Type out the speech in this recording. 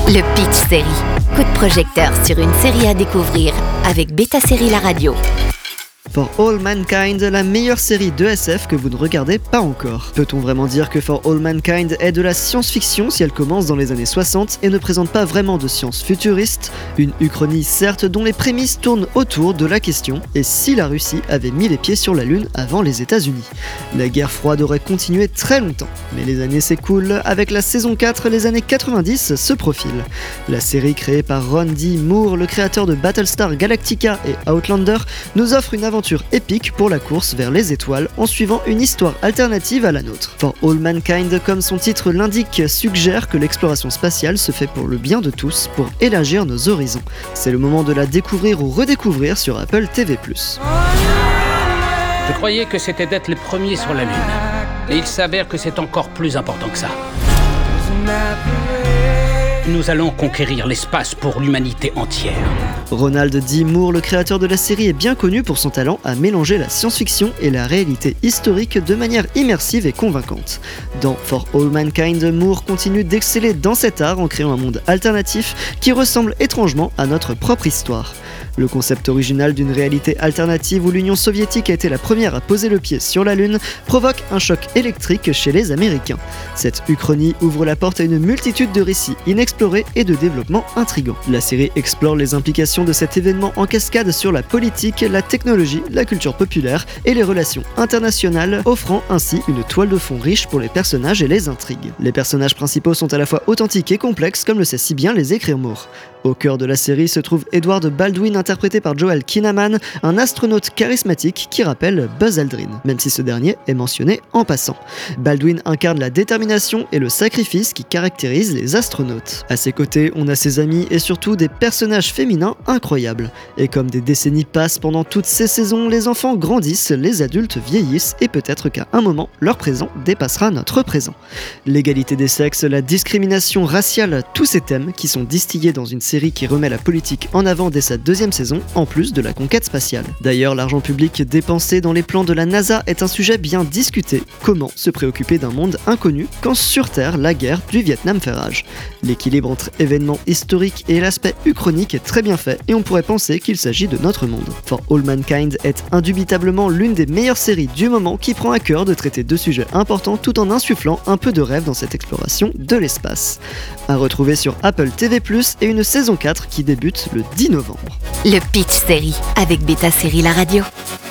Le Pitch Série. Coup de projecteur sur une série à découvrir avec Beta Série La Radio. For All Mankind, la meilleure série de SF que vous ne regardez pas encore. Peut-on vraiment dire que For All Mankind est de la science-fiction si elle commence dans les années 60 et ne présente pas vraiment de science futuriste? Une uchronie certes dont les prémices tournent autour de la question « Et si la Russie avait mis les pieds sur la Lune avant les États-Unis ?» La guerre froide aurait continué très longtemps, mais les années s'écoulent, avec la saison 4, les années 90 se profilent. La série créée par Ron D. Moore, le créateur de Battlestar Galactica et Outlander, nous offre une aventure épique pour la course vers les étoiles en suivant une histoire alternative à la nôtre. For All Mankind, comme son titre l'indique, suggère que l'exploration spatiale se fait pour le bien de tous, pour élargir nos horizons. C'est le moment de la découvrir ou redécouvrir sur Apple TV+. Je croyais que c'était d'être les premiers sur la Lune. Et il s'avère que c'est encore plus important que ça. Nous allons conquérir l'espace pour l'humanité entière. Ronald D. Moore, le créateur de la série, est bien connu pour son talent à mélanger la science-fiction et la réalité historique de manière immersive et convaincante. Dans For All Mankind, Moore continue d'exceller dans cet art en créant un monde alternatif qui ressemble étrangement à notre propre histoire. Le concept original d'une réalité alternative où l'Union soviétique a été la première à poser le pied sur la Lune provoque un choc électrique chez les Américains. Cette uchronie ouvre la porte à une multitude de récits inexplorés et de développements intrigants. La série explore les implications de cet événement en cascade sur la politique, la technologie, la culture populaire et les relations internationales, offrant ainsi une toile de fond riche pour les personnages et les intrigues. Les personnages principaux sont à la fois authentiques et complexes, comme le sait si bien les écrire Moore. Au cœur de la série se trouve Edward Baldwin, interprété par Joel Kinnaman, un astronaute charismatique qui rappelle Buzz Aldrin, même si ce dernier est mentionné en passant. Baldwin incarne la détermination et le sacrifice qui caractérisent les astronautes. À ses côtés, on a ses amis et surtout des personnages féminins incroyables. Et comme des décennies passent pendant toutes ces saisons, les enfants grandissent, les adultes vieillissent et peut-être qu'à un moment, leur présent dépassera notre présent. L'égalité des sexes, la discrimination raciale, tous ces thèmes qui sont distillés dans une série qui remet la politique en avant dès sa deuxième saison, en plus de la conquête spatiale. D'ailleurs, l'argent public dépensé dans les plans de la NASA est un sujet bien discuté. Comment se préoccuper d'un monde inconnu quand sur Terre la guerre du Vietnam fait rage? L'équilibre entre événements historiques et l'aspect uchronique est très bien fait et on pourrait penser qu'il s'agit de notre monde. For All Mankind est indubitablement l'une des meilleures séries du moment qui prend à cœur de traiter de sujets importants tout en insufflant un peu de rêve dans cette exploration de l'espace. À retrouver sur Apple TV+, et une saison 4 qui débute le 10 novembre. Le Pitch Série avec Beta Série La Radio.